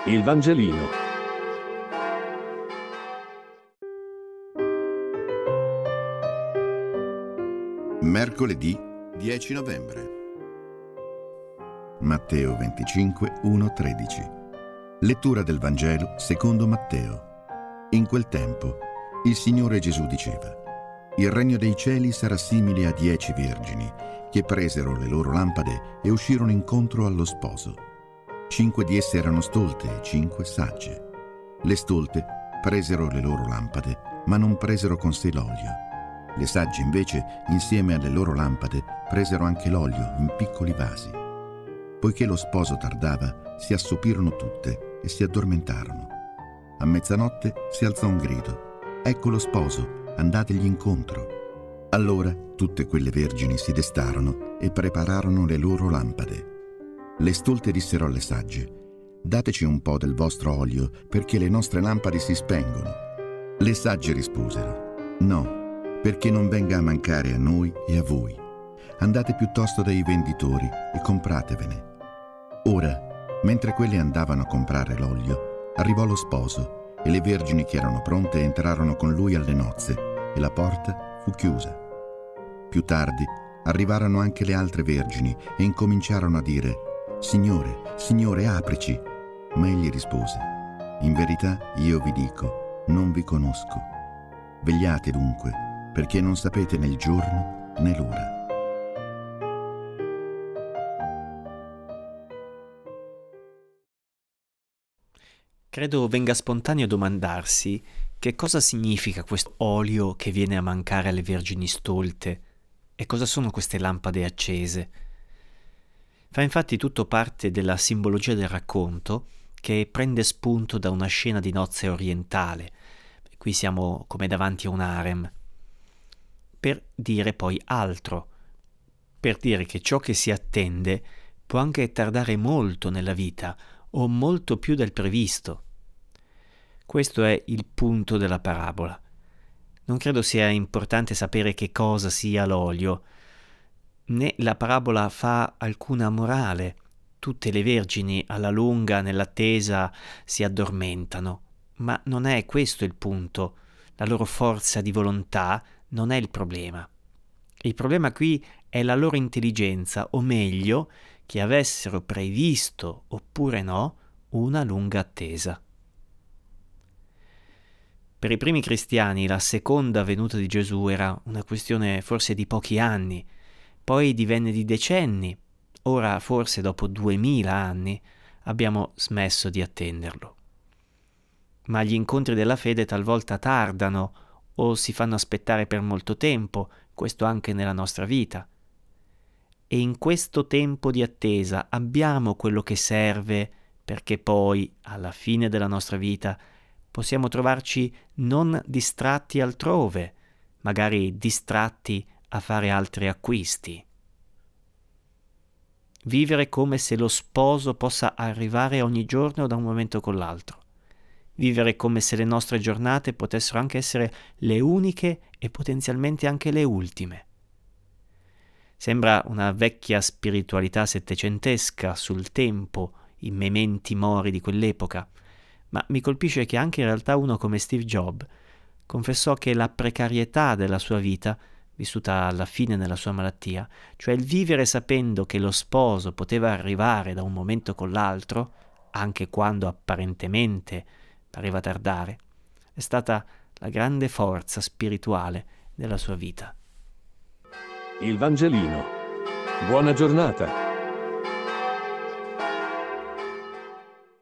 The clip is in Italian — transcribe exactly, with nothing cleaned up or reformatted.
Il Vangelino. Mercoledì dieci novembre. Matteo venticinque, uno tredici. Lettura del Vangelo secondo Matteo. In quel tempo il Signore Gesù diceva: il regno dei cieli sarà simile a dieci vergini che presero le loro lampade e uscirono incontro allo sposo. Cinque di esse erano stolte e cinque sagge. Le stolte presero le loro lampade, ma non presero con sé l'olio. Le sagge invece, insieme alle loro lampade, presero anche l'olio in piccoli vasi. Poiché lo sposo tardava, si assopirono tutte e si addormentarono. A mezzanotte si alzò un grido: ecco lo sposo, andategli incontro. Allora tutte quelle vergini si destarono e prepararono le loro lampade. Le stolte dissero alle sagge: dateci un po' del vostro olio, perché le nostre lampade si spengono. Le sagge risposero: no, perché non venga a mancare a noi e a voi. Andate piuttosto dai venditori e compratevene. Ora, mentre quelle andavano a comprare l'olio, arrivò lo sposo e le vergini che erano pronte entrarono con lui alle nozze e la porta fu chiusa. Più tardi arrivarono anche le altre vergini e incominciarono a dire: Signore, Signore, aprici. Ma egli rispose: in verità io vi dico, non vi conosco. Vegliate dunque, perché non sapete né il giorno né l'ora. Credo venga spontaneo domandarsi che cosa significa questo olio che viene a mancare alle vergini stolte e cosa sono queste lampade accese. Fa infatti tutto parte della simbologia del racconto, che prende spunto da una scena di nozze orientale. Qui siamo come davanti a un harem. Per dire poi altro, per dire che ciò che si attende può anche tardare molto nella vita o molto più del previsto. Questo è il punto della parabola. Non credo sia importante sapere che cosa sia l'olio, né la parabola fa alcuna morale. Tutte le vergini alla lunga nell'attesa si addormentano, ma non è questo il punto. La loro forza di volontà non è il problema. Il problema qui è la loro intelligenza, o meglio, che avessero previsto oppure no una lunga attesa. Per i primi cristiani la seconda venuta di Gesù era una questione forse di pochi anni, poi divenne di decenni, ora forse dopo duemila anni abbiamo smesso di attenderlo. Ma gli incontri della fede talvolta tardano o si fanno aspettare per molto tempo, questo anche nella nostra vita. E in questo tempo di attesa abbiamo quello che serve perché poi, alla fine della nostra vita, possiamo trovarci non distratti altrove, magari distratti a fare altri acquisti. Vivere come se lo sposo possa arrivare ogni giorno da un momento con l'altro. Vivere come se le nostre giornate potessero anche essere le uniche e potenzialmente anche le ultime. Sembra una vecchia spiritualità settecentesca sul tempo, i mementi mori di quell'epoca, ma mi colpisce che anche in realtà uno come Steve Jobs confessò che la precarietà della sua vita, vissuta alla fine nella sua malattia, cioè il vivere sapendo che lo sposo poteva arrivare da un momento con l'altro, anche quando apparentemente pareva tardare, è stata la grande forza spirituale della sua vita. Il Vangelino. Buona giornata.